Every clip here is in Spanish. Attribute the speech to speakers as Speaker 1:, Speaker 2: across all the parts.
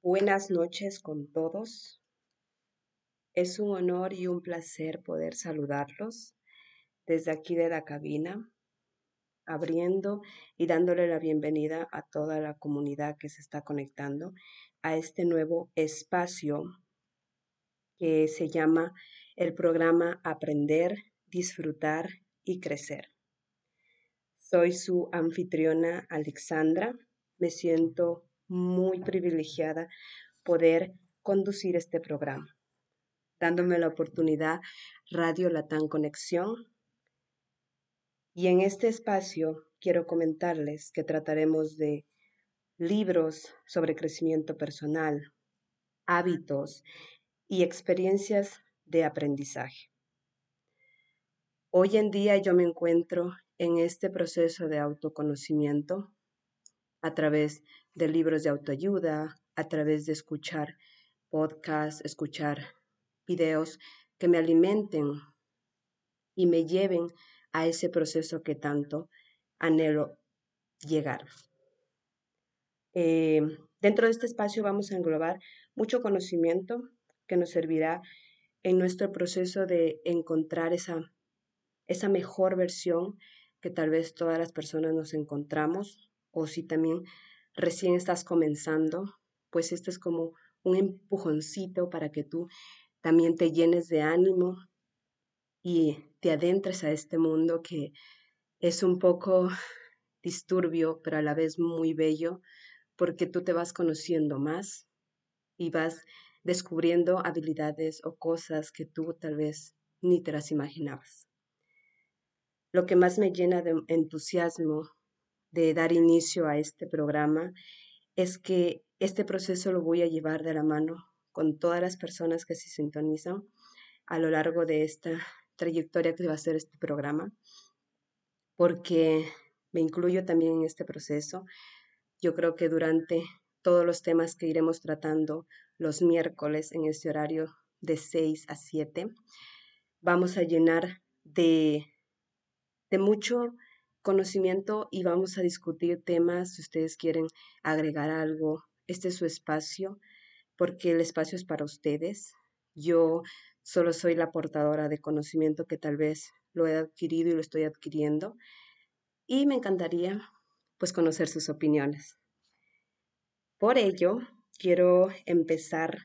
Speaker 1: Buenas noches con todos. Es un honor y un placer poder saludarlos desde aquí de la cabina, abriendo y dándole la bienvenida a toda la comunidad que se está conectando a este nuevo espacio que se llama el programa Aprender, Disfrutar y Crecer. Soy su anfitriona Alexandra. Me siento muy privilegiada poder conducir este programa, dándome la oportunidad Radio Latam Conexión. Y en este espacio quiero comentarles que trataremos de libros sobre crecimiento personal, hábitos y experiencias de aprendizaje. Hoy en día yo me encuentro en este proceso de autoconocimiento a través de libros de autoayuda, a través de escuchar podcasts, escuchar videos que me alimenten y me lleven a ese proceso que tanto anhelo llegar. Dentro de este espacio vamos a englobar mucho conocimiento que nos servirá en nuestro proceso de encontrar esa mejor versión que tal vez todas las personas nos encontramos, o si también recién estás comenzando, pues este es como un empujoncito para que tú también te llenes de ánimo y te adentres a este mundo que es un poco disturbio, pero a la vez muy bello, porque tú te vas conociendo más y vas descubriendo habilidades o cosas que tú tal vez ni te las imaginabas. Lo que más me llena de entusiasmo de dar inicio a este programa es que este proceso lo voy a llevar de la mano con todas las personas que se sintonizan a lo largo de esta trayectoria que va a ser este programa, porque me incluyo también en este proceso. Yo creo que durante todos los temas que iremos tratando los miércoles en este horario de 6 a 7, vamos a llenar de mucho conocimiento y vamos a discutir temas. Si ustedes quieren agregar algo, este es su espacio, porque el espacio es para ustedes. Yo solo soy la portadora de conocimiento que tal vez lo he adquirido y lo estoy adquiriendo, y me encantaría pues conocer sus opiniones. Por ello, quiero empezar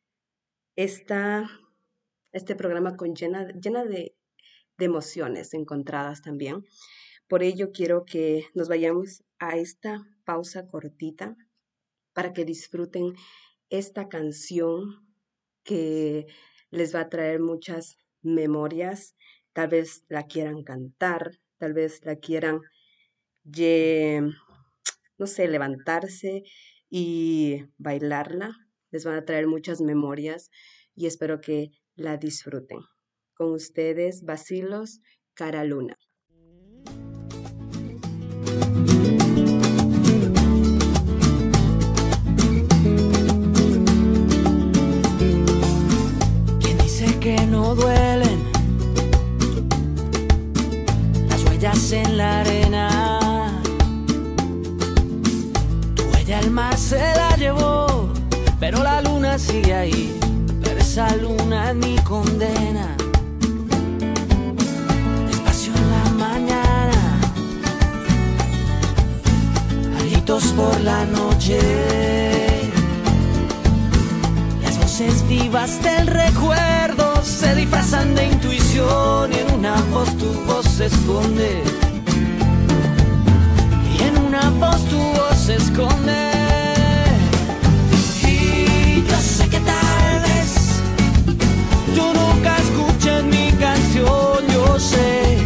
Speaker 1: este programa llena de emociones encontradas también. Por ello, quiero que nos vayamos a esta pausa cortita para que disfruten esta canción que les va a traer muchas memorias. Tal vez la quieran cantar, tal vez la quieran, levantarse y bailarla. Les van a traer muchas memorias y espero que la disfruten. Con ustedes, Bacilos, Cara Luna.
Speaker 2: ¿Quién dice que no duelen las huellas en la arena? Tu huella el mar se la llevó, pero la luna sigue ahí. Pero esa luna es mi condena. Despacio en la mañana, gritos por la noche, las voces vivas del recuerdo se disfrazan de intuición y en una voz tu voz se esconde. Y en una voz tu voz se esconde. Y yo sé que tal vez tú nunca escuches mi canción, yo sé.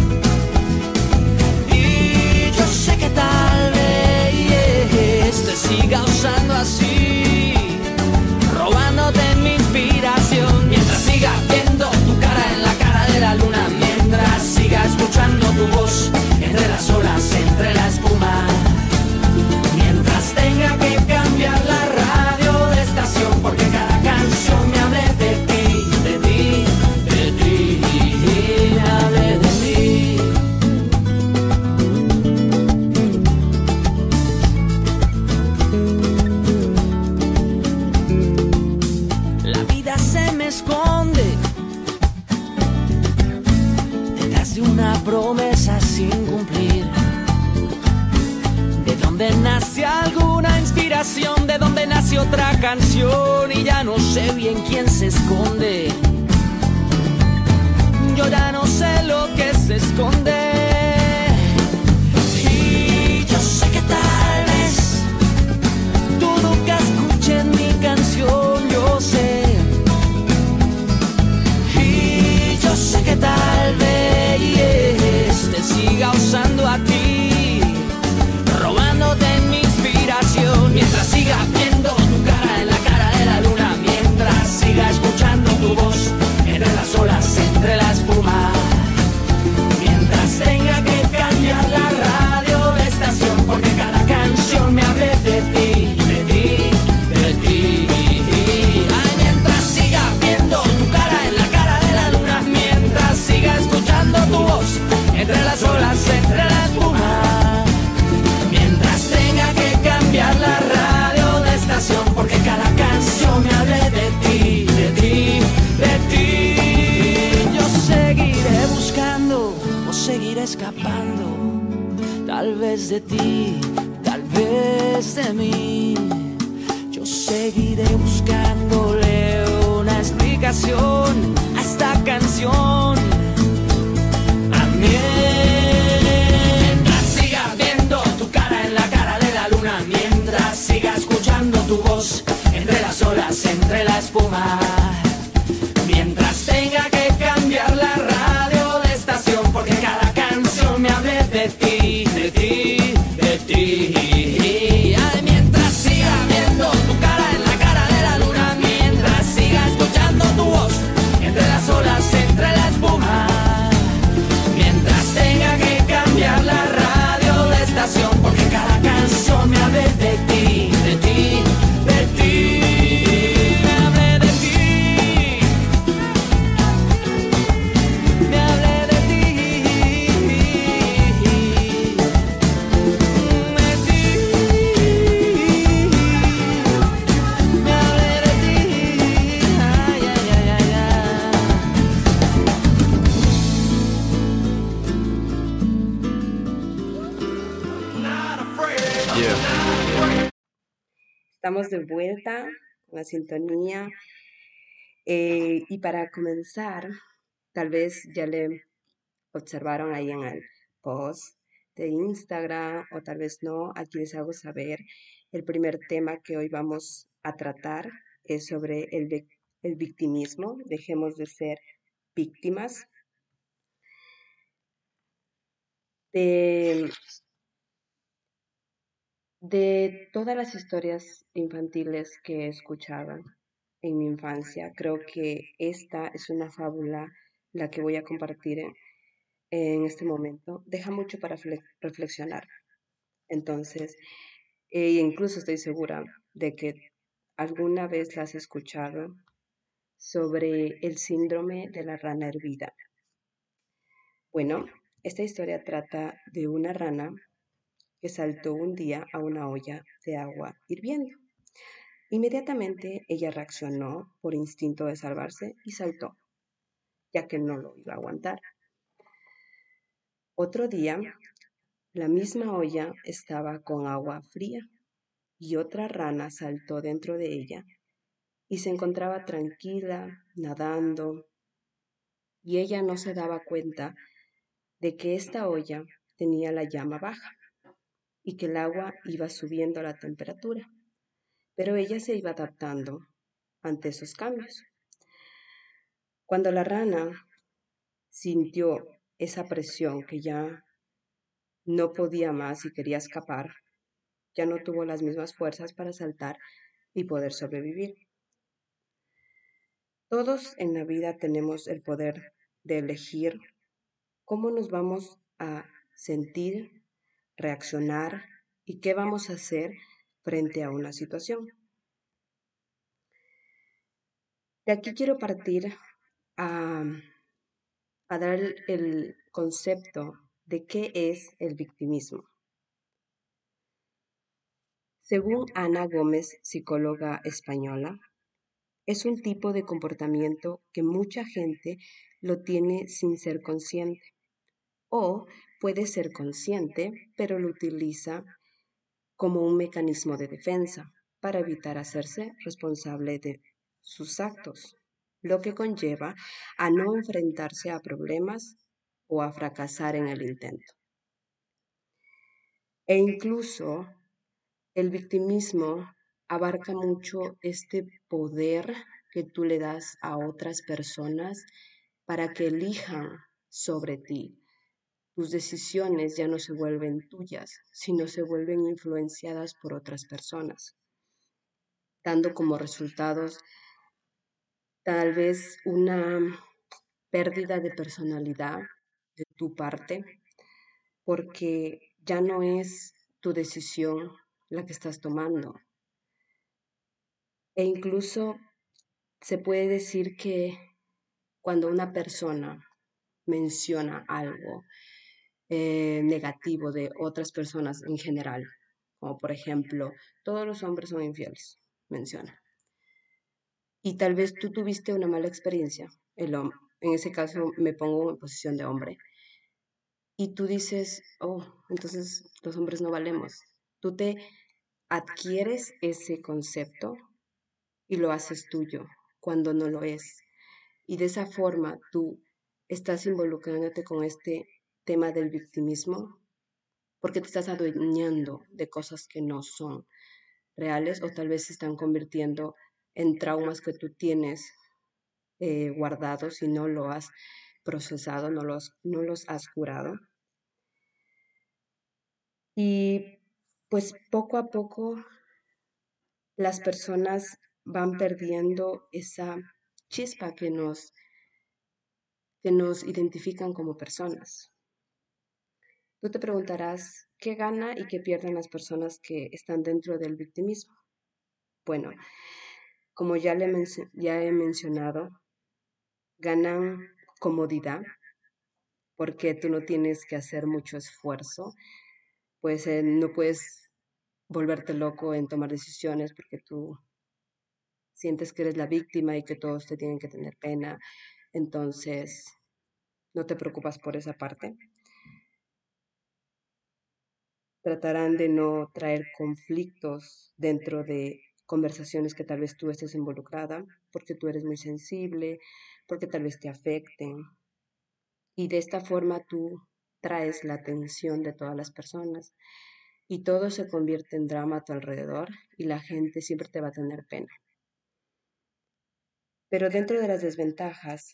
Speaker 2: Y yo sé que tal vez te siga usando así, robándote mi inspiración. Mientras siga viendo tu cara en la cara de la luna, mientras siga escuchando tu voz promesas sin cumplir. ¿De dónde nace alguna inspiración? ¿De dónde nace otra canción? Y ya no sé bien quién se esconde. Yo ya no sé lo que se esconde. Y yo sé que tal vez tú nunca escuches mi canción, yo sé. Y yo sé que tal vez te siga usando a ti, robándote mi inspiración. Mientras siga viendo tu cara en la cara de la luna, mientras siga escuchando tu voz entre las olas, entre la espuma, mientras tenga que cambiar la radio de estación, porque cada canción me hable de ti, de ti, de ti. Ay, mientras siga viendo tu cara en la cara de la luna, mientras siga escuchando tu voz entre las olas, entre la espuma, mientras tenga que cambiar la radio de estación, porque cada canción me hable de ti, de ti, de ti. Yo seguiré buscando o seguiré escapando, tal vez de ti, tal vez de mí. Yo seguiré buscándole una explicación a esta canción. Mientras siga viendo tu cara en la cara de la luna, mientras siga escuchando tu voz entre las olas, entre la espuma, mientras tenga que cambiar la radio de estación, porque cada canción me hable de ti, de ti, de ti. Ay, mientras siga viendo tu cara en la cara de la luna, mientras siga escuchando tu voz entre las olas, entre la espuma, mientras tenga que cambiar la radio de estación, porque cada canción me hable de ti, de ti, de ti. Me hable de ti, me hable de ti, de ti, me hable de ti. Ay, ay, ay, ay, ay.
Speaker 1: Estamos de vuelta con la sintonía y para comenzar, tal vez ya le observaron ahí en el post de Instagram o tal vez no, aquí les hago saber, el primer tema que hoy vamos a tratar es sobre el victimismo. Dejemos de ser víctimas de, de todas las historias infantiles que he escuchado en mi infancia. Creo que esta es una fábula, la que voy a compartir en este momento. Deja mucho para reflexionar. Entonces, incluso estoy segura de que alguna vez la has escuchado sobre el síndrome de la rana hervida. Bueno, esta historia trata de una rana que saltó un día a una olla de agua hirviendo. Inmediatamente ella reaccionó por instinto de salvarse y saltó, ya que no lo iba a aguantar. Otro día, la misma olla estaba con agua fría y otra rana saltó dentro de ella y se encontraba tranquila, nadando, y ella no se daba cuenta de que esta olla tenía la llama baja y que el agua iba subiendo la temperatura, pero ella se iba adaptando ante esos cambios. Cuando la rana sintió esa presión que ya no podía más y quería escapar, ya no tuvo las mismas fuerzas para saltar y poder sobrevivir. Todos en la vida tenemos el poder de elegir cómo nos vamos a sentir, reaccionar y qué vamos a hacer frente a una situación. De aquí quiero partir a, dar el concepto de qué es el victimismo. Según Ana Gómez, psicóloga española, es un tipo de comportamiento que mucha gente lo tiene sin ser consciente. O puede ser consciente, pero lo utiliza como un mecanismo de defensa para evitar hacerse responsable de sus actos, lo que conlleva a no enfrentarse a problemas o a fracasar en el intento. E incluso el victimismo abarca mucho este poder que tú le das a otras personas para que elijan sobre ti. Tus decisiones ya no se vuelven tuyas, sino se vuelven influenciadas por otras personas, dando como resultados tal vez una pérdida de personalidad de tu parte, porque ya no es tu decisión la que estás tomando. E incluso se puede decir que cuando una persona menciona algo negativo de otras personas en general, como por ejemplo, todos los hombres son infieles, menciona. Y tal vez tú tuviste una mala experiencia, en ese caso me pongo en posición de hombre, y tú dices, oh, entonces los hombres no valemos. Tú te adquieres ese concepto y lo haces tuyo cuando no lo es. Y de esa forma tú estás involucrándote con este tema del victimismo porque te estás adueñando de cosas que no son reales o tal vez se están convirtiendo en traumas que tú tienes guardados y no lo has procesado, no los has curado. Y pues poco a poco las personas van perdiendo esa chispa que nos identifican como personas. Tú te preguntarás, ¿qué gana y qué pierden las personas que están dentro del victimismo? Bueno, como ya he mencionado, ganan comodidad porque tú no tienes que hacer mucho esfuerzo, pues no puedes volverte loco en tomar decisiones porque tú sientes que eres la víctima y que todos te tienen que tener pena, entonces no te preocupas por esa parte. Tratarán de no traer conflictos dentro de conversaciones que tal vez tú estés involucrada, porque tú eres muy sensible, porque tal vez te afecten. Y de esta forma tú traes la atención de todas las personas y todo se convierte en drama a tu alrededor y la gente siempre te va a tener pena. Pero dentro de las desventajas,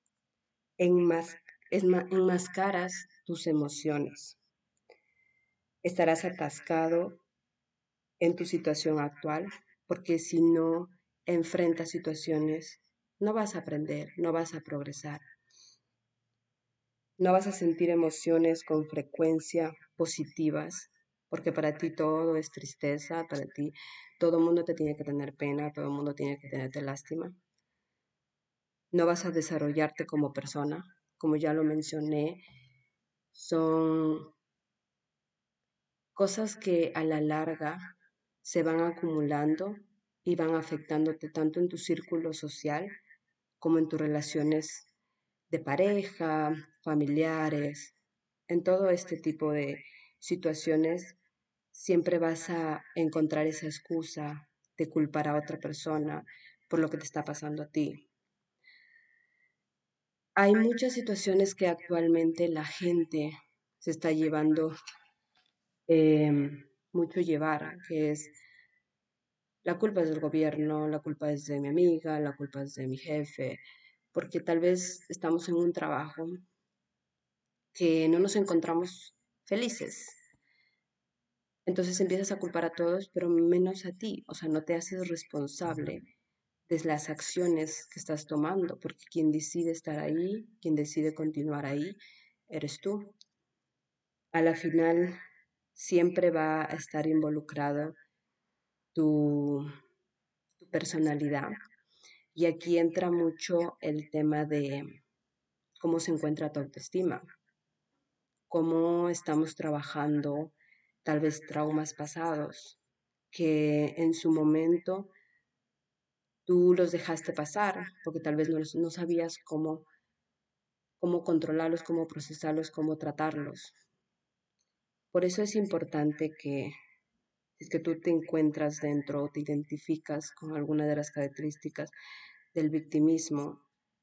Speaker 1: enmascaras tus emociones. Estarás atascado en tu situación actual, porque si no enfrentas situaciones, no vas a aprender, no vas a progresar, no vas a sentir emociones con frecuencia positivas, porque para ti todo es tristeza, para ti todo el mundo te tiene que tener pena, todo el mundo tiene que tenerte lástima. No vas a desarrollarte como persona, como ya lo mencioné, son cosas que a la larga se van acumulando y van afectándote tanto en tu círculo social como en tus relaciones de pareja, familiares, en todo este tipo de situaciones siempre vas a encontrar esa excusa de culpar a otra persona por lo que te está pasando a ti. Hay muchas situaciones que actualmente la gente se está llevando mucho llevar, que es la culpa es del gobierno, la culpa es de mi amiga, la culpa es de mi jefe, porque tal vez estamos en un trabajo que no nos encontramos felices. Entonces empiezas a culpar a todos, pero menos a ti. O sea, no te haces responsable de las acciones que estás tomando, porque quien decide estar ahí, quien decide continuar ahí, eres tú. A la final, siempre va a estar involucrado tu, tu personalidad. Y aquí entra mucho el tema de cómo se encuentra tu autoestima, cómo estamos trabajando tal vez traumas pasados que en su momento tú los dejaste pasar porque tal vez no sabías cómo cómo controlarlos, cómo procesarlos, cómo tratarlos. Por eso es importante que si es que tú te encuentras dentro o te identificas con alguna de las características del victimismo,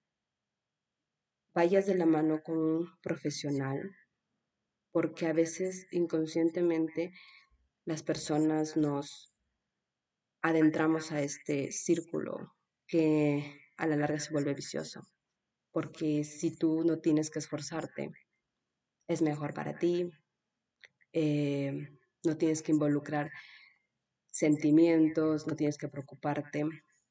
Speaker 1: vayas de la mano con un profesional, porque a veces inconscientemente las personas nos adentramos a este círculo que a la larga se vuelve vicioso, porque si tú no tienes que esforzarte, es mejor para ti, no tienes que involucrar sentimientos, no tienes que preocuparte.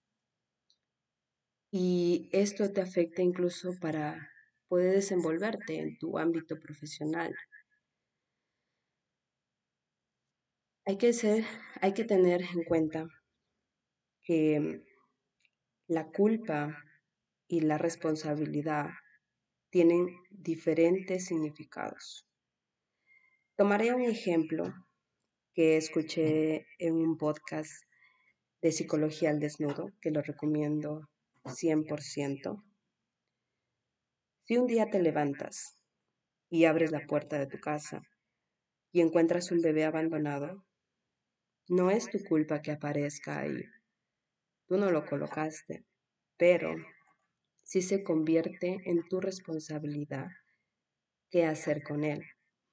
Speaker 1: Y esto te afecta incluso para poder desenvolverte en tu ámbito profesional. Hay que hay que tener en cuenta que la culpa y la responsabilidad tienen diferentes significados. Tomaré un ejemplo que escuché en un podcast de psicología al desnudo, que lo recomiendo 100%. Si un día te levantas y abres la puerta de tu casa y encuentras un bebé abandonado, no es tu culpa que aparezca ahí, tú no lo colocaste, pero sí se convierte en tu responsabilidad qué hacer con él.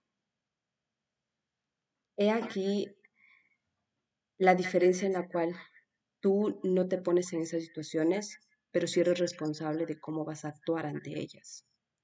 Speaker 1: He aquí la diferencia en la cual tú no te pones en esas situaciones, pero sí eres responsable de cómo vas a actuar ante ellas.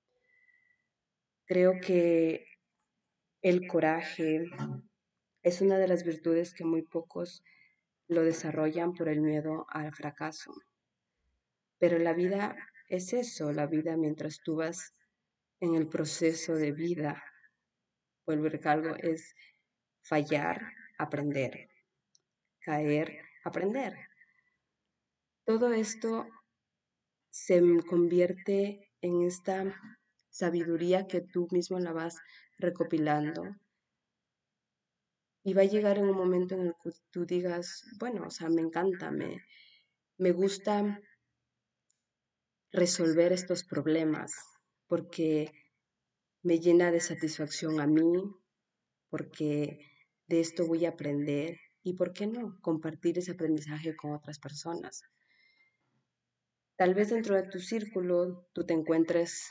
Speaker 1: Creo que el coraje es una de las virtudes que muy pocos lo desarrollan por el miedo al fracaso. Pero la vida es eso, la vida mientras tú vas en el proceso de vida, vuelvo a recalco, es fallar, aprender, caer, aprender. Todo esto se convierte en esta sabiduría que tú mismo la vas recopilando y va a llegar en un momento en el que tú digas, bueno, o sea, me encanta, me gusta resolver estos problemas porque me llena de satisfacción a mí, porque de esto voy a aprender y, ¿por qué no?, compartir ese aprendizaje con otras personas. Tal vez dentro de tu círculo tú te encuentres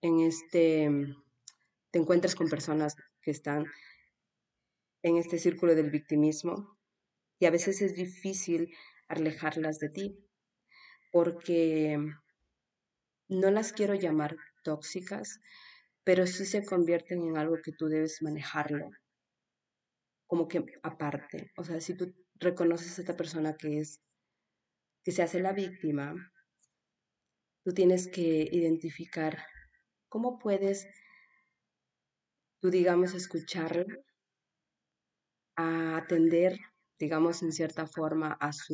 Speaker 1: te encuentres con personas que están en este círculo del victimismo y a veces es difícil alejarlas de ti porque no las quiero llamar tóxicas, pero sí se convierten en algo que tú debes manejarlo como que aparte. O sea, si tú reconoces a esta persona que se hace la víctima, tú tienes que identificar cómo puedes tú, digamos, escucharlo, a atender, digamos, en cierta forma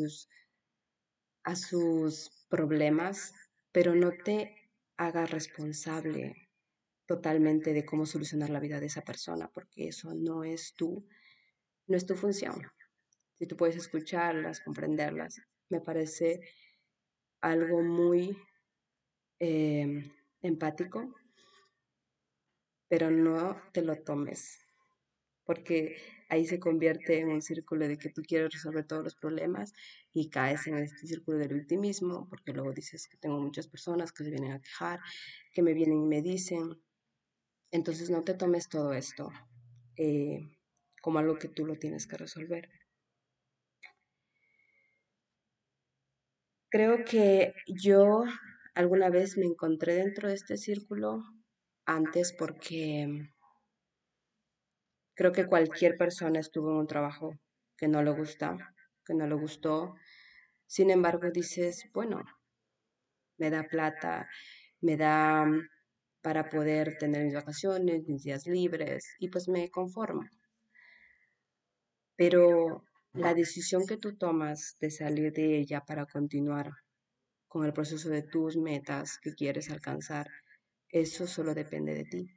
Speaker 1: a sus problemas, pero no te hagas responsable totalmente de cómo solucionar la vida de esa persona, porque eso no es tu función. Si tú puedes escucharlas, comprenderlas, me parece algo muy empático, pero no te lo tomes, porque ahí se convierte en un círculo de que tú quieres resolver todos los problemas y caes en este círculo del victimismo, porque luego dices que tengo muchas personas que se vienen a quejar, que me vienen y me dicen. Entonces no te tomes todo esto eh, como algo que tú lo tienes que resolver. Creo que yo alguna vez me encontré dentro de este círculo antes porque creo que cualquier persona estuvo en un trabajo que no le gusta, que no le gustó. Sin embargo, dices, bueno, me da plata, me da para poder tener mis vacaciones, mis días libres y pues me conformo. Pero la decisión que tú tomas de salir de ella para continuar con el proceso de tus metas que quieres alcanzar, eso solo depende de ti.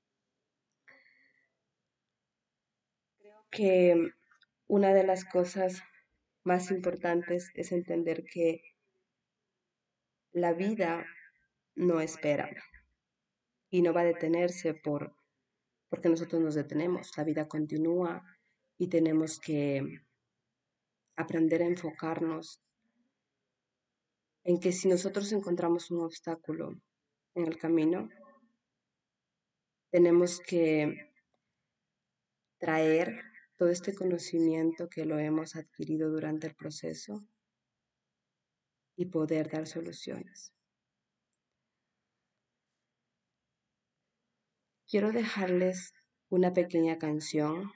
Speaker 1: Que una de las cosas más importantes es entender que la vida no espera. y no va a detenerse porque nosotros nos detenemos. La vida continúa y tenemos que aprender a enfocarnos en que si nosotros encontramos un obstáculo en el camino, tenemos que traer todo este conocimiento que lo hemos adquirido durante el proceso y poder dar soluciones. Quiero dejarles una pequeña canción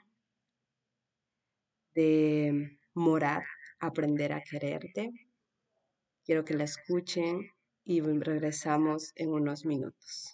Speaker 1: de Morat, Aprender a quererte. Quiero que la escuchen y regresamos en unos minutos.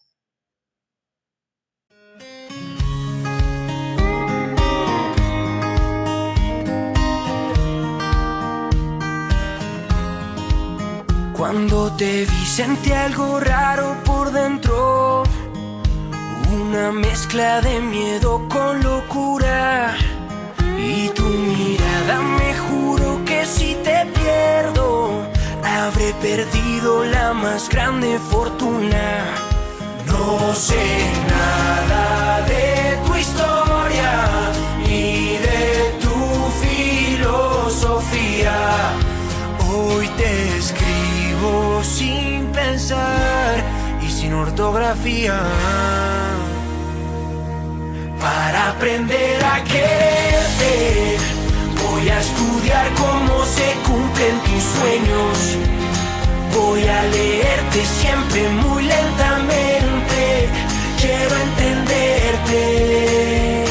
Speaker 2: Cuando te vi sentí algo raro por dentro, una mezcla de miedo con locura. Y tu mirada me juro que si te pierdo, habré perdido la más grande fortuna. No sé nada de tu historia ni de tu filosofía. Hoy te escribo sin pensar y sin ortografía, para aprender a quererte. Voy a estudiar cómo se cumplen tus sueños. Voy a leerte siempre muy lentamente. Quiero entenderte.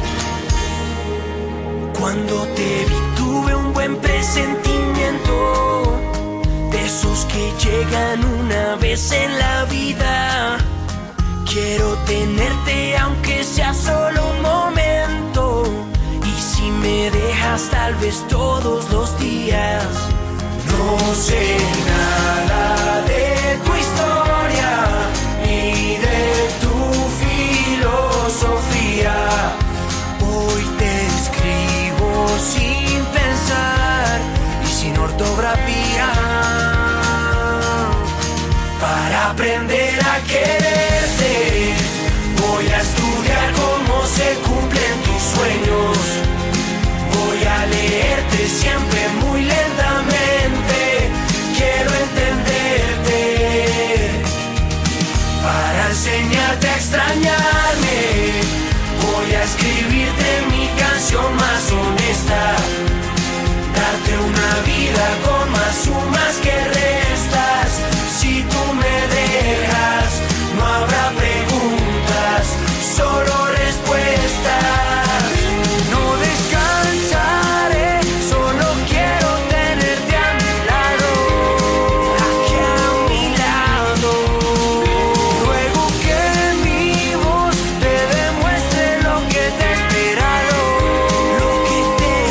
Speaker 2: Cuando te vi tuve un buen presentimiento, de esos que llegan una vez en la vida. Quiero tenerte aunque sea solo un momento, y si me dejas tal vez todos los días. No sé nada de tu historia ni de tu filosofía. Hoy te escribo sin pensar y sin ortografía, para aprender a quererte. Voy a estudiar cómo se cumplen tus sueños. Voy a leerte siempre muy lentamente. Quiero entenderte, para enseñarte a extrañarme. Voy a escribirte mi canción más honesta, darte una vida con más sumas que restas. Si tú me dejas, no habrá preguntas, solo respuestas. No descansaré, solo quiero tenerte a mi lado, aquí a mi lado. Luego que mi voz te demuestre lo que te he esperado, lo que te he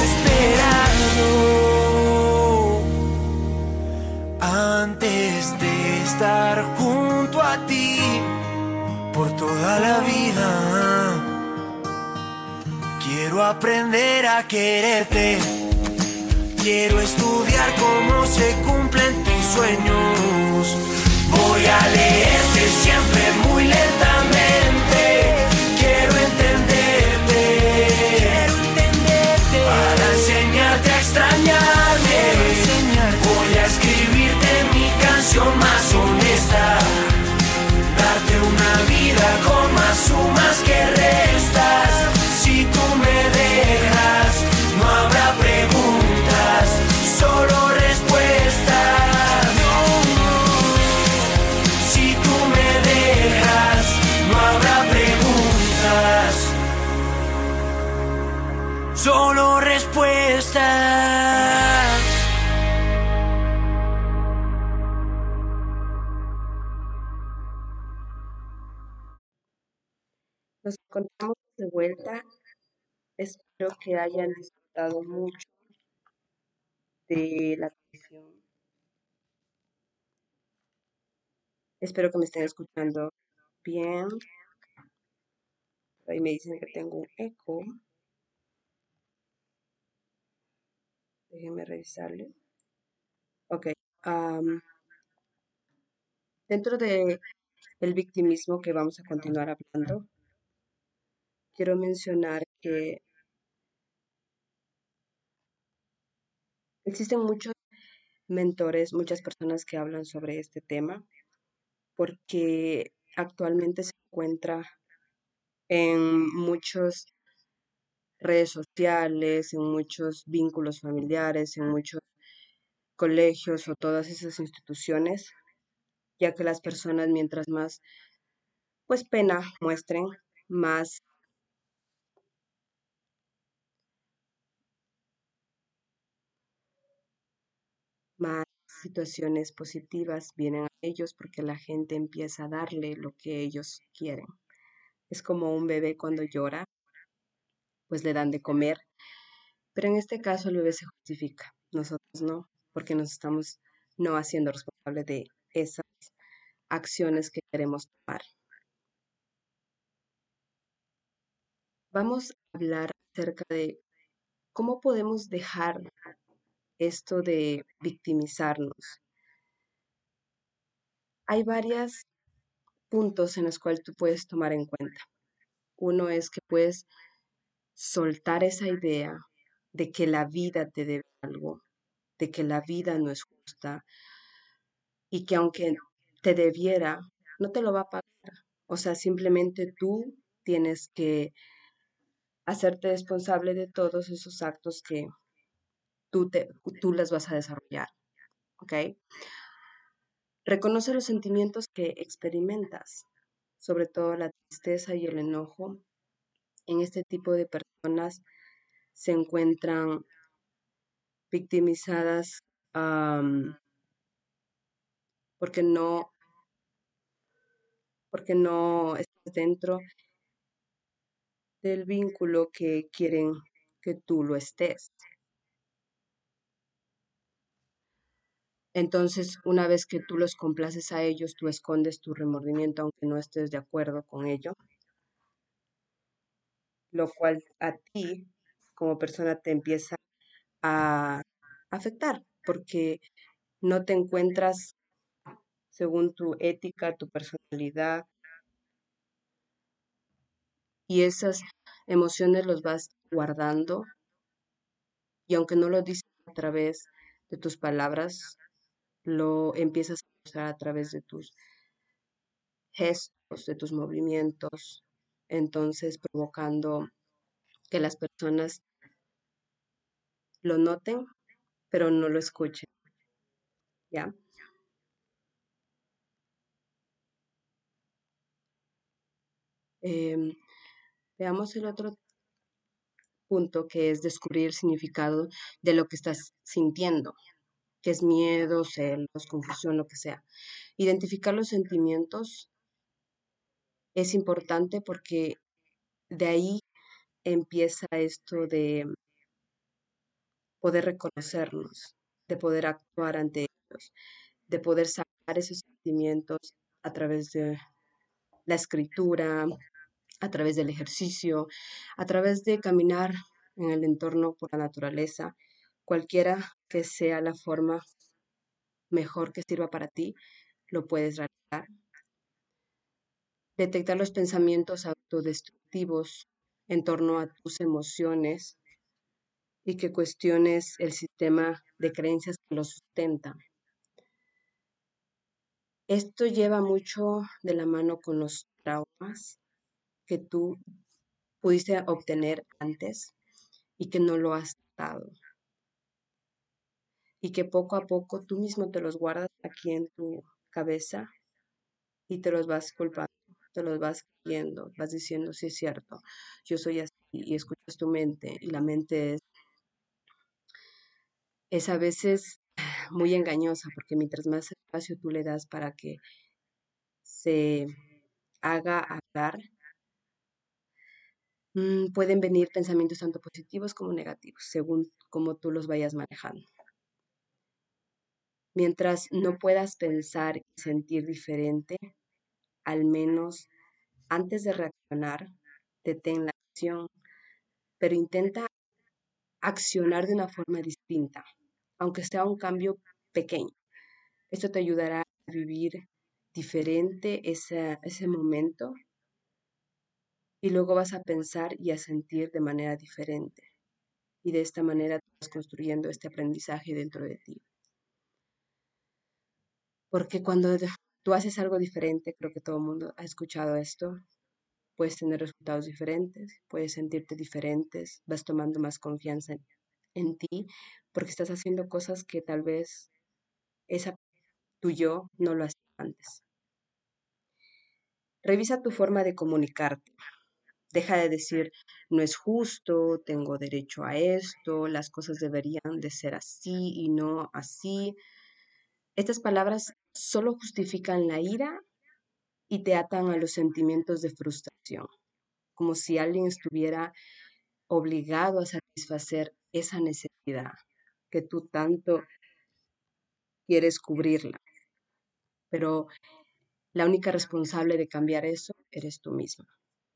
Speaker 2: esperado. Antes de estar junto a ti por toda la vida, quiero aprender a quererte. Quiero estudiar cómo se cumplen tus sueños. Voy a leerte siempre muy lentamente. Quiero entenderte, para enseñarte a extrañarme. Voy a escribirte mi canción más honesta, darte una vida con más sumas que restas. Si tú me dejas, no habrá preguntas, solo respuestas. Si tú me dejas, no habrá preguntas, solo respuestas.
Speaker 1: Nos encontramos de vuelta. Espero que hayan disfrutado mucho de la canción. Espero que me estén escuchando bien. Ahí me dicen que tengo un eco. Déjenme revisarlo. Ok. am, dentro de el victimismo que vamos a continuar hablando, quiero mencionar que existen muchos mentores, muchas personas que hablan sobre este tema, porque actualmente se encuentra en muchas redes sociales, en muchos vínculos familiares, en muchos colegios o todas esas instituciones, ya que las personas mientras más pues pena muestren, más, más situaciones positivas vienen a ellos porque la gente empieza a darle lo que ellos quieren. Es como un bebé cuando llora, pues le dan de comer, pero en este caso el bebé se justifica, nosotros no, porque nos estamos no haciendo responsable de esas acciones que queremos tomar. Vamos a hablar acerca de cómo podemos dejar esto de victimizarnos. Hay varios puntos en los cuales tú puedes tomar en cuenta. Uno es que puedes soltar esa idea de que la vida te debe algo, de que la vida no es justa y que aunque te debiera, no te lo va a pagar. O sea, simplemente tú tienes que hacerte responsable de todos esos actos que tú, tú las vas a desarrollar, ¿ok? Reconoce los sentimientos que experimentas, sobre todo la tristeza y el enojo. En este tipo de personas se encuentran victimizadas porque porque no estás dentro del vínculo que quieren que tú lo estés. Entonces, una vez que tú los complaces a ellos, tú escondes tu remordimiento aunque no estés de acuerdo con ello, lo cual a ti como persona te empieza a afectar porque no te encuentras según tu ética, tu personalidad y esas emociones los vas guardando y aunque no lo dices a través de tus palabras, lo empiezas a usar a través de tus gestos, de tus movimientos, entonces provocando que las personas lo noten, pero no lo escuchen, ¿ya? Em, Veamos el otro punto que es descubrir el significado de lo que estás sintiendo, que es miedo, celos, confusión, lo que sea. Identificar los sentimientos es importante porque de ahí empieza esto de poder reconocernos, de poder actuar ante ellos, de poder sacar esos sentimientos a través de la escritura, a través del ejercicio, a través de caminar en el entorno por la naturaleza, cualquiera que sea la forma mejor que sirva para ti, lo puedes realizar. Detectar los pensamientos autodestructivos en torno a tus emociones y que cuestiones el sistema de creencias que los sustenta. Esto lleva mucho de la mano con los traumas que tú pudiste obtener antes y que no lo has dado y que poco a poco tú mismo te los guardas aquí en tu cabeza y te los vas culpando, te los vas creyendo, vas diciendo, sí es cierto, yo soy así y escuchas tu mente y la mente es a veces muy engañosa porque mientras más espacio tú le das para que se haga hablar, pueden venir pensamientos tanto positivos como negativos, según cómo tú los vayas manejando. Mientras no puedas pensar y sentir diferente, al menos antes de reaccionar, detén la acción, pero intenta accionar de una forma distinta, aunque sea un cambio pequeño. Esto te ayudará a vivir diferente ese momento y luego vas a pensar y a sentir de manera diferente. Y de esta manera vas construyendo este aprendizaje dentro de ti. Porque cuando tú haces algo diferente, creo que todo el mundo ha escuchado esto, puedes tener resultados diferentes, puedes sentirte diferentes, vas tomando más confianza en ti, porque estás haciendo cosas que tal vez esa tu yo no lo hacía antes. Revisa tu forma de comunicarte. Deja de decir, no es justo, tengo derecho a esto, las cosas deberían de ser así y no así. Estas palabras solo justifican la ira y te atan a los sentimientos de frustración, como si alguien estuviera obligado a satisfacer esa necesidad que tú tanto quieres cubrirla. Pero la única responsable de cambiar eso eres tú misma.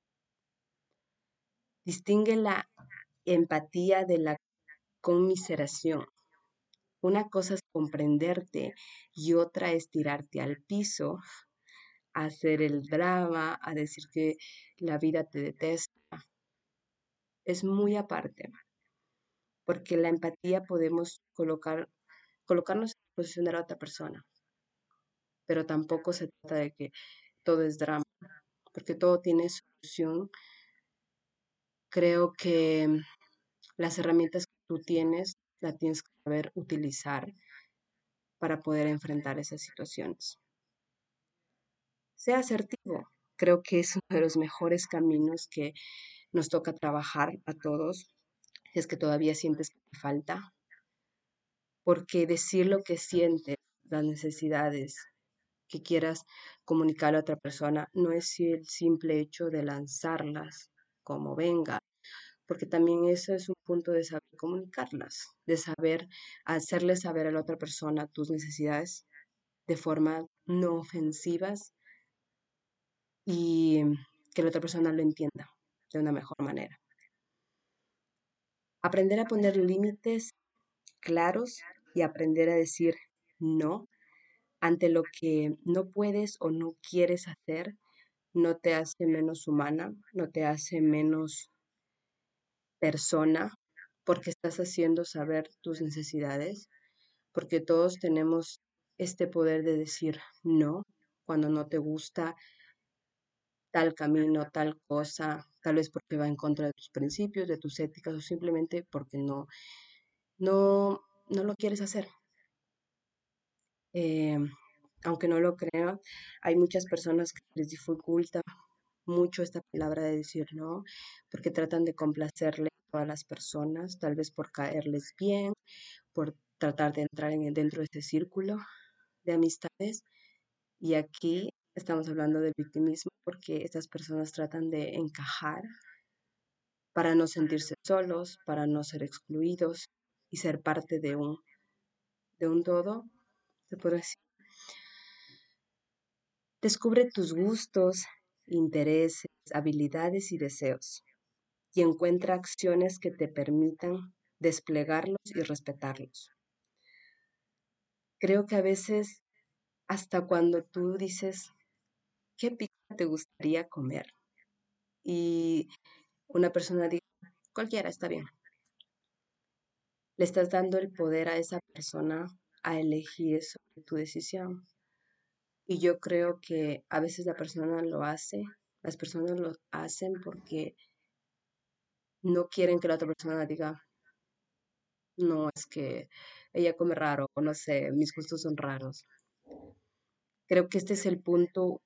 Speaker 1: Distingue la empatía de la conmiseración. Una cosa es comprenderte y otra es tirarte al piso, a hacer el drama, a decir que la vida te detesta. Es muy aparte, porque la empatía podemos colocarnos en la posición de la otra persona, pero tampoco se trata de que todo es drama, porque todo tiene solución. Creo que las herramientas que tú tienes, las tienes que saber utilizar para poder enfrentar esas situaciones. Sea asertivo. Creo que es uno de los mejores caminos que nos toca trabajar a todos, si es que todavía sientes que te falta, porque decir lo que sientes, las necesidades que quieras comunicar a otra persona, no es el simple hecho de lanzarlas como venga, porque también eso es un punto de saber comunicarlas, de saber hacerle saber a la otra persona tus necesidades de forma no ofensivas y que la otra persona lo entienda de una mejor manera. Aprender a poner límites claros y aprender a decir no ante lo que no puedes o no quieres hacer no te hace menos humana, no te hace menos persona, porque estás haciendo saber tus necesidades, porque todos tenemos este poder de decir no cuando no te gusta tal camino, tal cosa, tal vez porque va en contra de tus principios, de tus éticas o simplemente porque no lo quieres hacer. Eh, Aunque no lo crean, hay muchas personas que les dificulta mucho esta palabra de decir no, porque tratan de complacerle a todas las personas, tal vez por caerles bien, por tratar de entrar dentro de este círculo de amistades. Y aquí estamos hablando del victimismo porque estas personas tratan de encajar para no sentirse solos, para no ser excluidos y ser parte de un todo, se puede decir. Descubre tus gustos, intereses, habilidades y deseos y encuentra acciones que te permitan desplegarlos y respetarlos. Creo que a veces, hasta cuando tú dices, ¿qué pizza te gustaría comer? Y una persona dice, cualquiera, está bien. Le estás dando el poder a esa persona a elegir sobre tu decisión. Y yo creo que a veces las personas lo hacen porque no quieren que la otra persona diga, no, es que ella come raro, o no sé, mis gustos son raros. Creo que este es el punto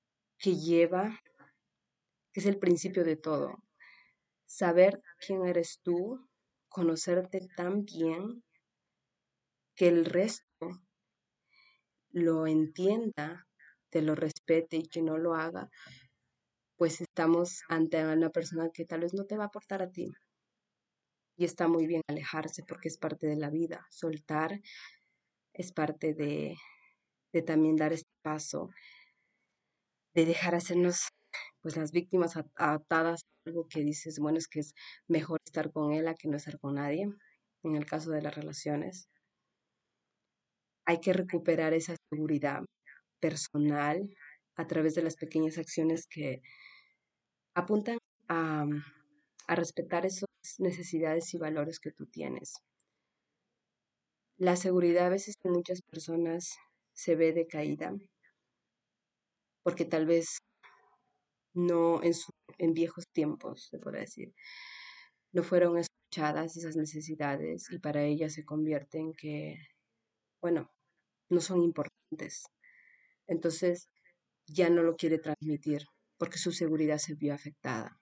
Speaker 1: que es el principio de todo. Saber quién eres tú, conocerte tan bien que el resto lo entienda, te lo respete y que no lo haga, pues estamos ante una persona que tal vez no te va a aportar a ti. Y está muy bien alejarse porque es parte de la vida. Soltar es parte de también dar este paso, de dejar hacernos pues las víctimas atadas a algo que dices, bueno, es que es mejor estar con él a que no estar con nadie, en el caso de las relaciones. Hay que recuperar esa seguridad, personal a través de las pequeñas acciones que apuntan a, a respetar esas necesidades y valores que tú tienes. La seguridad a veces en muchas personas se ve decaída porque tal vez no en viejos tiempos, se podría decir, no fueron escuchadas esas necesidades y para ellas se convierte en que, bueno, no son importantes. Entonces ya no lo quiere transmitir porque su seguridad se vio afectada.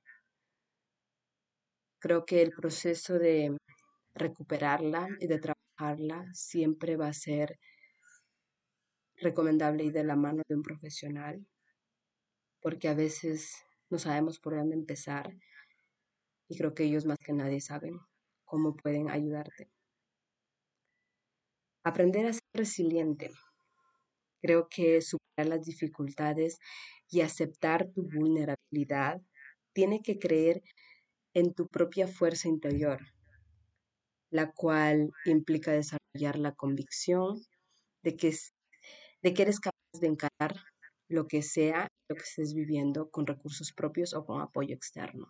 Speaker 1: Creo que el proceso de recuperarla y de trabajarla siempre va a ser recomendable y de la mano de un profesional, porque a veces no sabemos por dónde empezar y creo que ellos más que nadie saben cómo pueden ayudarte. Aprender a ser resiliente. Creo que superar las dificultades y aceptar tu vulnerabilidad tiene que creer en tu propia fuerza interior, la cual implica desarrollar la convicción de que, de que eres capaz de encarar lo que sea, lo que estés viviendo con recursos propios o con apoyo externo.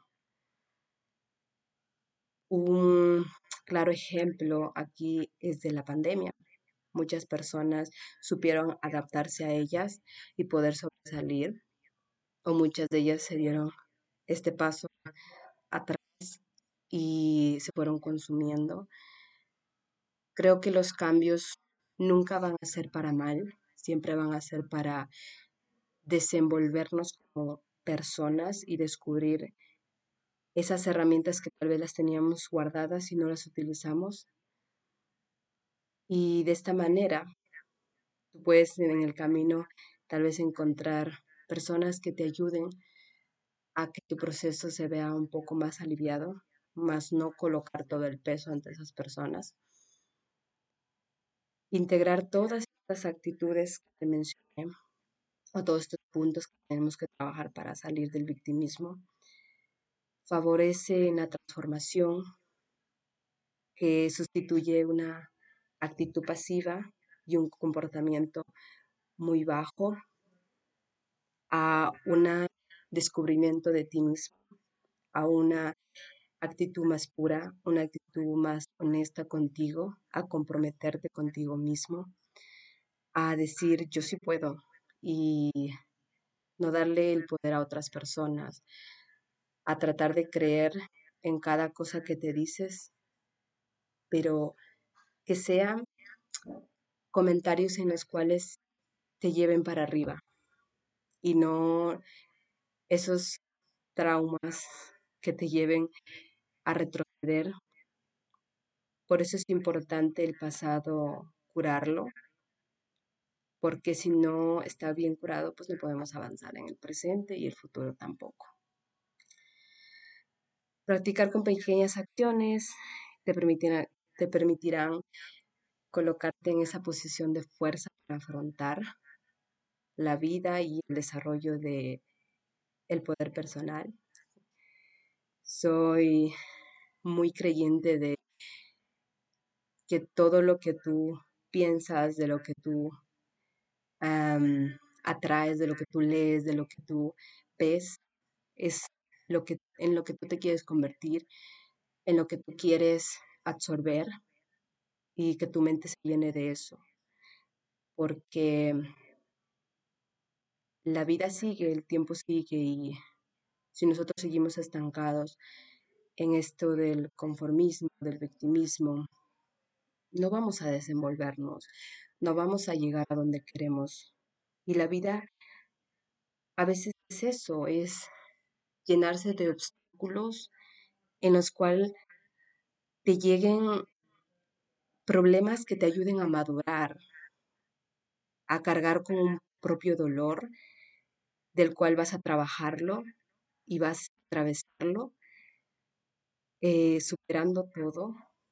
Speaker 1: Un claro ejemplo aquí es de la pandemia. Muchas personas supieron adaptarse a ellas y poder sobresalir, o muchas de ellas se dieron este paso atrás y se fueron consumiendo. Creo que los cambios nunca van a ser para mal, siempre van a ser para desenvolvernos como personas y descubrir esas herramientas que tal vez las teníamos guardadas y no las utilizamos. Y de esta manera tú puedes en el camino tal vez encontrar personas que te ayuden a que tu proceso se vea un poco más aliviado, más no colocar todo el peso ante esas personas. Integrar todas estas actitudes que te mencioné o todos estos puntos que tenemos que trabajar para salir del victimismo favorece la transformación que sustituye una actitud pasiva y un comportamiento muy bajo a un descubrimiento de ti mismo, a una actitud más pura, una actitud más honesta contigo, a comprometerte contigo mismo, a decir yo sí puedo y no darle el poder a otras personas, a tratar de creer en cada cosa que te dices, pero que sean comentarios en los cuales te lleven para arriba y no esos traumas que te lleven a retroceder. Por eso es importante el pasado curarlo, porque si no está bien curado, pues no podemos avanzar en el presente y el futuro tampoco. Practicar con pequeñas acciones te permitirán colocarte en esa posición de fuerza para afrontar la vida y el desarrollo de el poder personal. Soy muy creyente de que todo lo que tú piensas, de lo que tú atraes, de lo que tú lees, de lo que tú ves, es en lo que tú te quieres convertir, en lo que tú quieres absorber y que tu mente se llene de eso, porque la vida sigue, el tiempo sigue y si nosotros seguimos estancados en esto del conformismo, del victimismo, no vamos a desenvolvernos, no vamos a llegar a donde queremos. Y la vida a veces es eso, es llenarse de obstáculos en los cuales te lleguen problemas que te ayuden a madurar, a cargar con un propio dolor del cual vas a trabajarlo y vas a atravesarlo, superando todo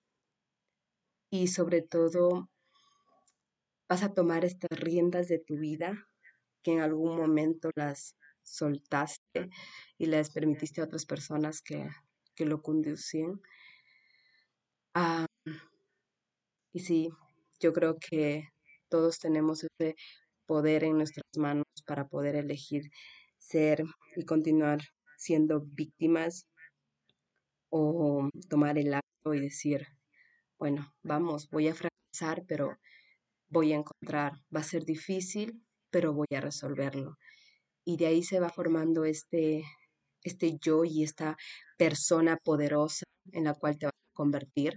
Speaker 1: y sobre todo vas a tomar estas riendas de tu vida que en algún momento las soltaste y las permitiste a otras personas que lo conducían. Y sí, yo creo que todos tenemos ese poder en nuestras manos para poder elegir ser y continuar siendo víctimas o tomar el acto y decir, bueno, vamos, voy a fracasar, pero voy a encontrar, va a ser difícil, pero voy a resolverlo. Y de ahí se va formando este yo y esta persona poderosa en la cual te vas a convertir,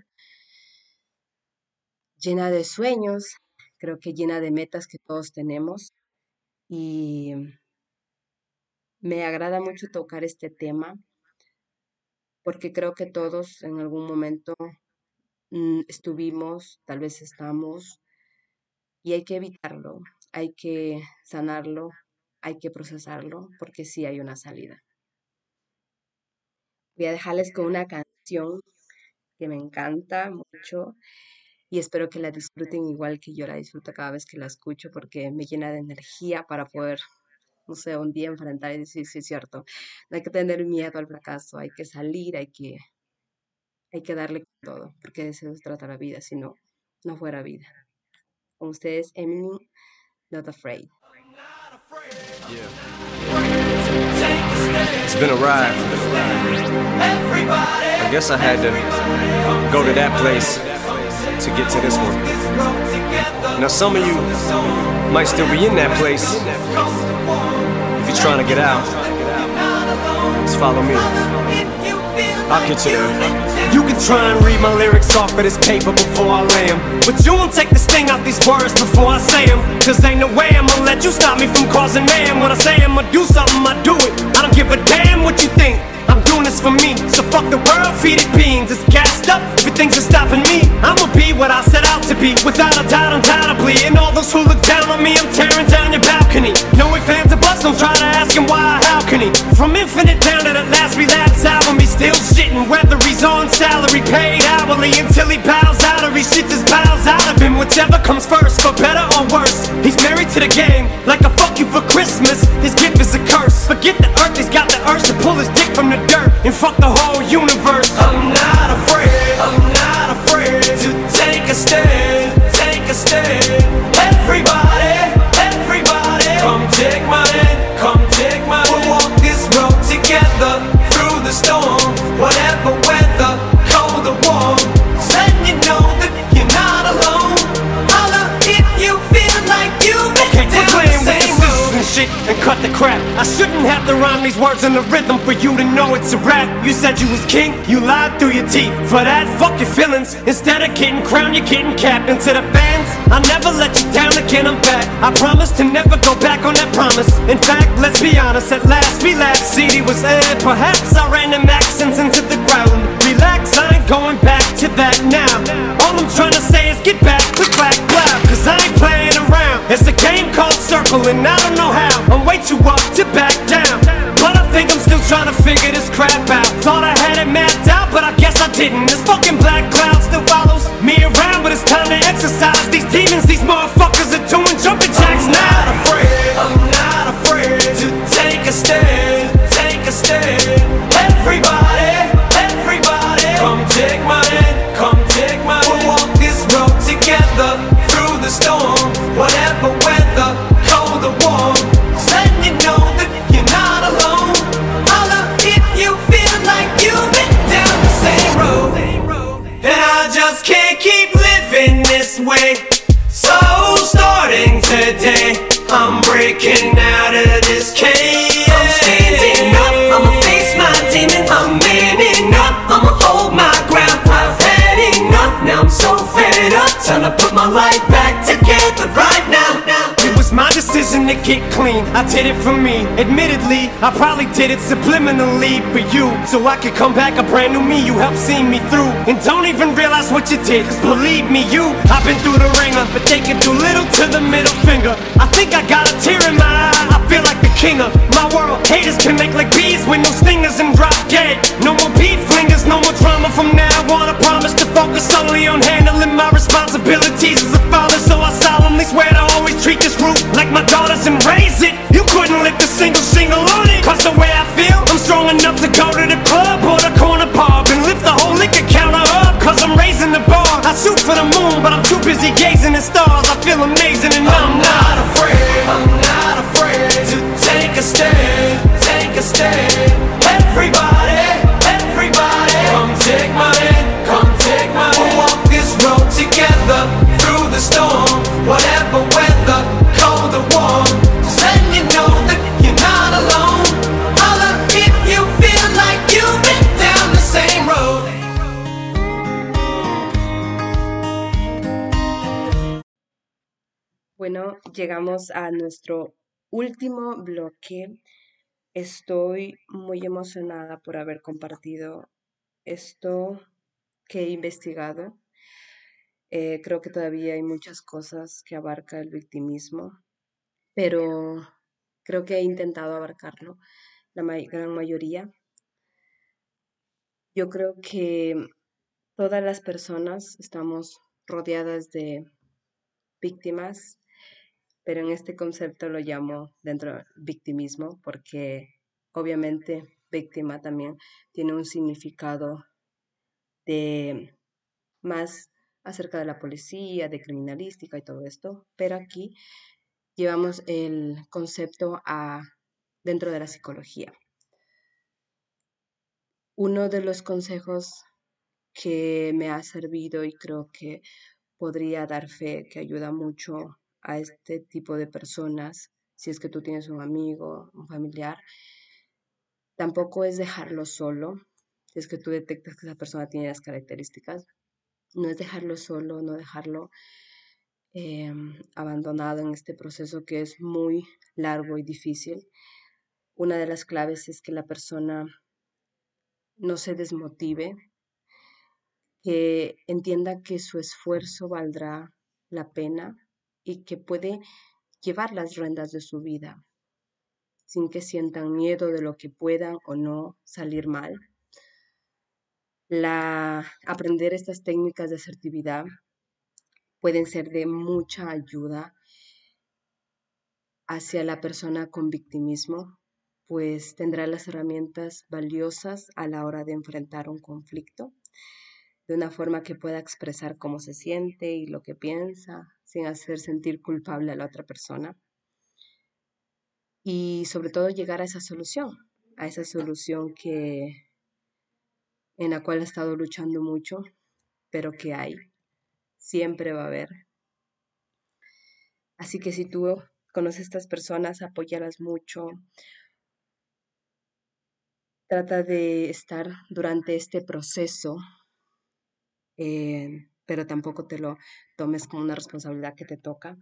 Speaker 1: llena de sueños, creo que llena de metas que todos tenemos. Y me agrada mucho tocar este tema porque creo que todos en algún momento estuvimos, tal vez estamos, y hay que evitarlo, hay que sanarlo, hay que procesarlo, porque sí hay una salida. Voy a dejarles con una canción que me encanta mucho y espero que la disfruten igual que yo la disfruto cada vez que la escucho porque me llena de energía para poder, no sé, un día enfrentar y decir, sí, es cierto, no hay que tener miedo al fracaso, hay que salir, hay que darle con todo, porque de eso se trata la vida, si no, no fuera vida. Con ustedes, Eminem, Not Afraid.
Speaker 3: Yeah. It's been a ride. I guess I had to go to that place to get to this one. Now some of you might still be in that place. If you're trying to get out, just follow me. I'll get you there. You can try and read my lyrics off of this paper before I lay 'em, but you won't take the sting out these words before I say 'em. Cause ain't no way I'ma let you stop me from causing mayhem. When I say I'ma do something, I do it. I don't give a damn what you think. I'm doing this for me, so fuck the world, feed it beans. It's gassed up, everything's just stopping me. I'ma be what I set out to be, without a doubt, undoubtedly. And all those who look down on me, I'm tearing down your balcony. No ifs, ands, or buts, don't try to ask him why or how can he. From Infinite down to the last relapse album, he's still shitting, whether he's on salary, paid hourly, until he bows out or he shits his bowels out of him. Whichever comes first, for better or worse. He's married to the game, like a fuck you for Christmas. His gift is a curse. Forget the earth, he's got the urge to pull his dick from the dirt and fuck the whole universe. I'm not afraid to take a stand, take a stand. Everybody, come take my hand, come take my hand. We'll walk this road together through the storm, whatever weather, cold or warm. Letting you know that you're not alone. Holla if you feel like you've been down the same road. Shit and cut the crap. I shouldn't have to rhyme these words in the rhythm for you to know it's a rap. You said you was king, you lied through your teeth. For that, fuck your feelings. Instead of getting crowned, you're getting capped. And to the fans, I'll never let you down again, I'm back. I promise to never go back on that promise. In fact, let's be honest, at last we laughed. CD was aired, perhaps I ran them accents into the ground. Relax, I ain't going back to that now. All I'm trying to say is get back, click, clack, clap. Cause I ain't playing around. It's a game called Circle and I don't know how. I'm way too up to back down, but I think I'm still trying to figure this crap out. Thought I had it mapped out, but I guess I didn't. This fucking black cloud still follows me around, but it's time to exercise these demons. These motherfuckers are doing jumping jacks now. I'm not afraid to take a stand, take a stand. Everybody, come take my hand, come take my hand. We'll walk this road together through the storm, whatever weather, cold or warm. Letting you know that you're not alone. Holla if you feel like you've been down the same road. And I just can't keep living this way. So starting today, I'm breaking out of this cage. I'm standing up, I'ma face my demon. I'm manning up, I'ma hold my ground. I've had enough, now I'm so fed up. Time to put my life back together right now. It was my decision to get clean, I did it for me. Admittedly, I probably did it subliminally for you, so I could come back a brand new me. You helped see me through, and don't even realize what you did. Cause believe me, I've been through the ringer, but they can do little to the middle finger. I think I got a tear in my eye, I feel like the king of my world. Haters can make like bees with no stingers and drop dead. No more beef flingers, no more drama from now on. I promise to focus only on handling my responsibilities as a father. So I solemnly swear to always treat this group like my daughters and raise it. You couldn't lift a single shingle on it. Cause the way I feel, I'm strong enough to go to the club or the corner pub and lift the whole liquor counter up. Cause I'm raising the bar. I shoot for the moon, but I'm too busy gazing at stars. I feel amazing and I'm not afraid. stay. Everybody, everybody, come take my hand, come take my hand. We'll walk this road together through the storm, whatever weather, cold or warm. Just letting you know that you're not alone. Holler if you feel like you've been down the same road.
Speaker 1: Bueno, llegamos a nuestro último bloque. Estoy muy emocionada por haber compartido esto que he investigado. Creo que todavía hay muchas cosas que abarca el victimismo, pero creo que he intentado abarcarlo, la gran mayoría. Yo creo que todas las personas estamos rodeadas de víctimas, pero en este concepto lo llamo dentro del victimismo porque obviamente víctima también tiene un significado de más acerca de la policía, de criminalística y todo esto, pero aquí llevamos el concepto a dentro de la psicología. Uno de los consejos que me ha servido y creo que podría dar fe que ayuda mucho a este tipo de personas, si es que tú tienes un amigo, un familiar, tampoco es dejarlo solo, si es que tú detectas que esa persona tiene las características, no es dejarlo solo, no dejarlo abandonado en este proceso que es muy largo y difícil. Una de las claves es que la persona no se desmotive, que entienda que su esfuerzo valdrá la pena y que puede llevar las riendas de su vida sin que sientan miedo de lo que puedan o no salir mal. Aprender estas técnicas de asertividad pueden ser de mucha ayuda hacia la persona con victimismo, pues tendrá las herramientas valiosas a la hora de enfrentar un conflicto de una forma que pueda expresar cómo se siente y lo que piensa, sin hacer sentir culpable a la otra persona. Y sobre todo llegar a esa solución en la cual ha estado luchando mucho, pero que hay, siempre va a haber. Así que si tú conoces a estas personas, apóyalas mucho. Trata de estar durante este proceso, pero tampoco te lo tomes como una responsabilidad que te toca.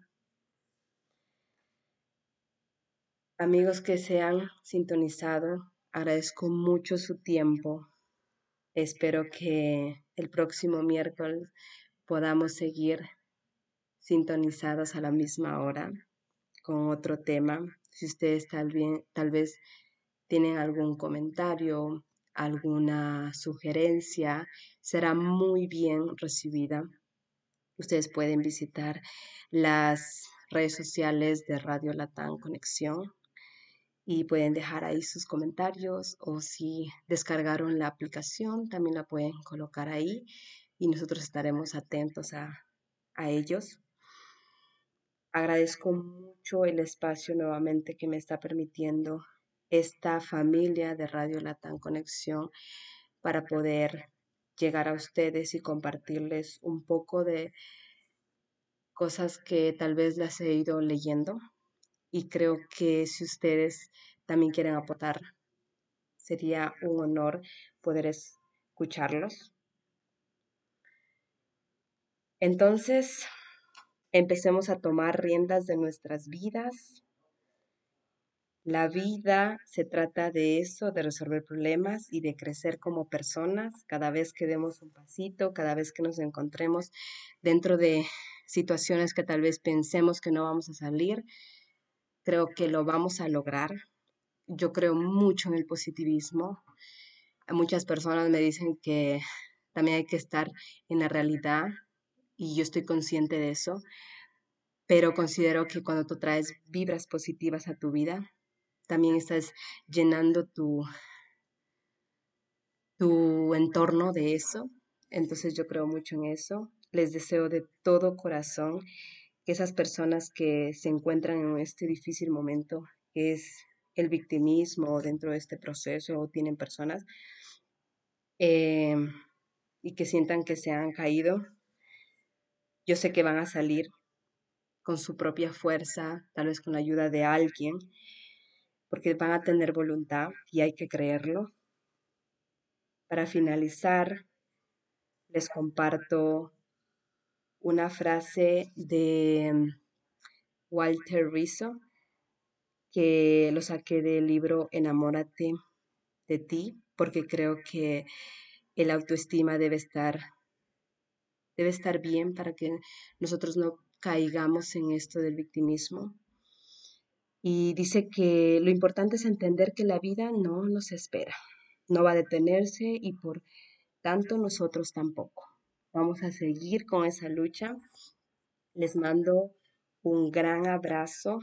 Speaker 1: Amigos que se han sintonizado, agradezco mucho su tiempo. Espero que el próximo miércoles podamos seguir sintonizados a la misma hora con otro tema. Si ustedes tal vez tienen algún comentario, alguna sugerencia, será muy bien recibida. Ustedes pueden visitar las redes sociales de Radio Latam Conexión y pueden dejar ahí sus comentarios, o si descargaron la aplicación también la pueden colocar ahí y nosotros estaremos atentos a ellos. Agradezco mucho el espacio nuevamente que me está permitiendo esta familia de Radio Latam Conexión para poder llegar a ustedes y compartirles un poco de cosas que tal vez las he ido leyendo, y creo que si ustedes también quieren aportar, sería un honor poder escucharlos. Entonces, empecemos a tomar riendas de nuestras vidas. La vida se trata de eso, de resolver problemas y de crecer como personas cada vez que demos un pasito, cada vez que nos encontremos dentro de situaciones que tal vez pensemos que no vamos a salir. Creo que lo vamos a lograr. Yo creo mucho en el positivismo. Muchas personas me dicen que también hay que estar en la realidad y yo estoy consciente de eso, pero considero que cuando tú traes vibras positivas a tu vida, también estás llenando tu entorno de eso. Entonces yo creo mucho en eso. Les deseo de todo corazón que esas personas que se encuentran en este difícil momento, que es el victimismo dentro de este proceso o tienen personas eh, y que sientan que se han caído, yo sé que van a salir con su propia fuerza, tal vez con la ayuda de alguien, porque van a tener voluntad y hay que creerlo. Para finalizar, les comparto una frase de Walter Rizzo, que lo saqué del libro Enamórate de ti, porque creo que el autoestima debe estar bien para que nosotros no caigamos en esto del victimismo. Y dice que lo importante es entender que la vida no nos espera, no va a detenerse y por tanto nosotros tampoco. Vamos a seguir con esa lucha. Les mando un gran abrazo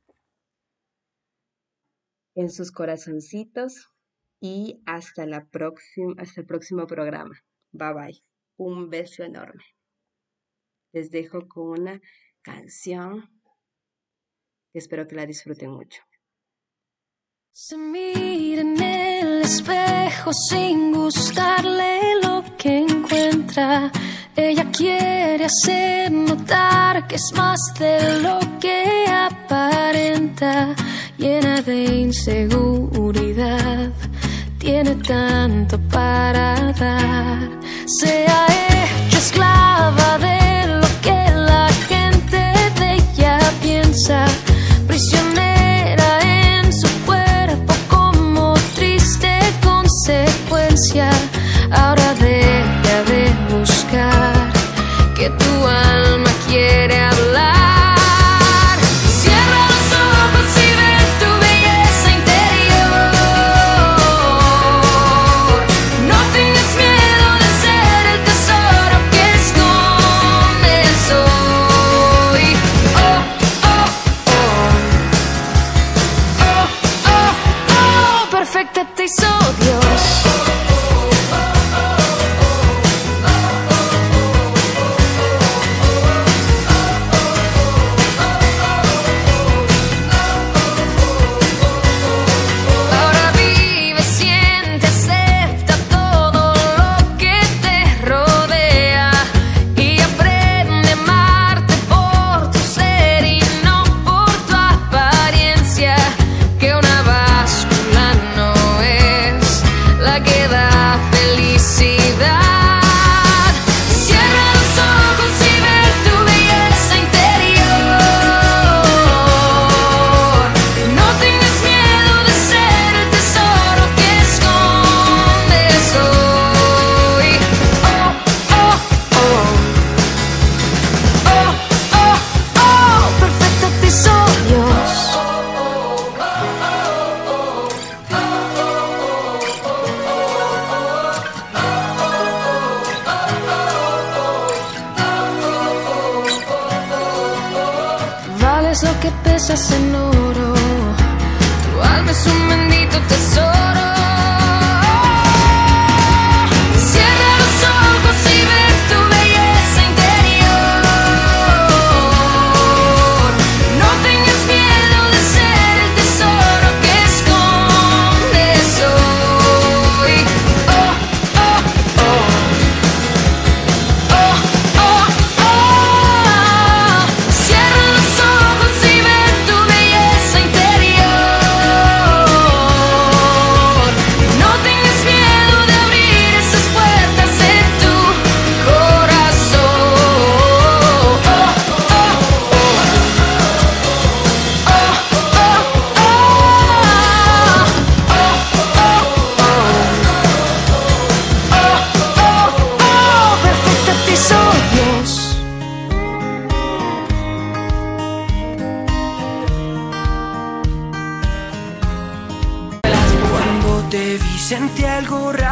Speaker 1: en sus corazoncitos y hasta el próximo programa. Bye bye. Un beso enorme. Les dejo con una canción que espero que la disfruten mucho.
Speaker 4: Se mira en el espejo sin gustarle lo que encuentra. Ella quiere hacer notar que es más de lo que aparenta. Llena de inseguridad, tiene tanto para dar. Se ha hecho esclava de lo que la gente de ella piensa. Prisionera en su cuerpo como triste consecuencia. Ahora deja de buscar que tu alma quiere hablar. Cierra los ojos y ve tu belleza interior. No tengas miedo de ser el tesoro que escondes hoy. Oh, oh, oh. Oh, oh, oh. Perfecta te hizo Dios. Ahora vive, siente, acepta todo lo que te rodea y aprende a amarte por tu ser y no por tu apariencia. Que una báscula no es la que da felicidad. Cierra los ojos y ve tu belleza interior. No tengas miedo de ser el tesoro que escondes hoy. Oh, oh, oh. Oh, oh, oh. Perfecta te hizo Dios. Vales lo que pesas en oro. Tu alma es un bendito tesoro. Cierra los ojos y ve tu belleza interior. No tengas miedo de ser el tesoro que escondes hoy. Oh, oh, oh. Oh, oh, oh. Cierra los ojos y ve tu belleza interior. No tengas miedo de abrir esas puertas de tu corazón. Oh, oh, oh. Oh, oh, oh. Perfecta te hizo Dios.
Speaker 2: Cuando te vi sentí algo raro.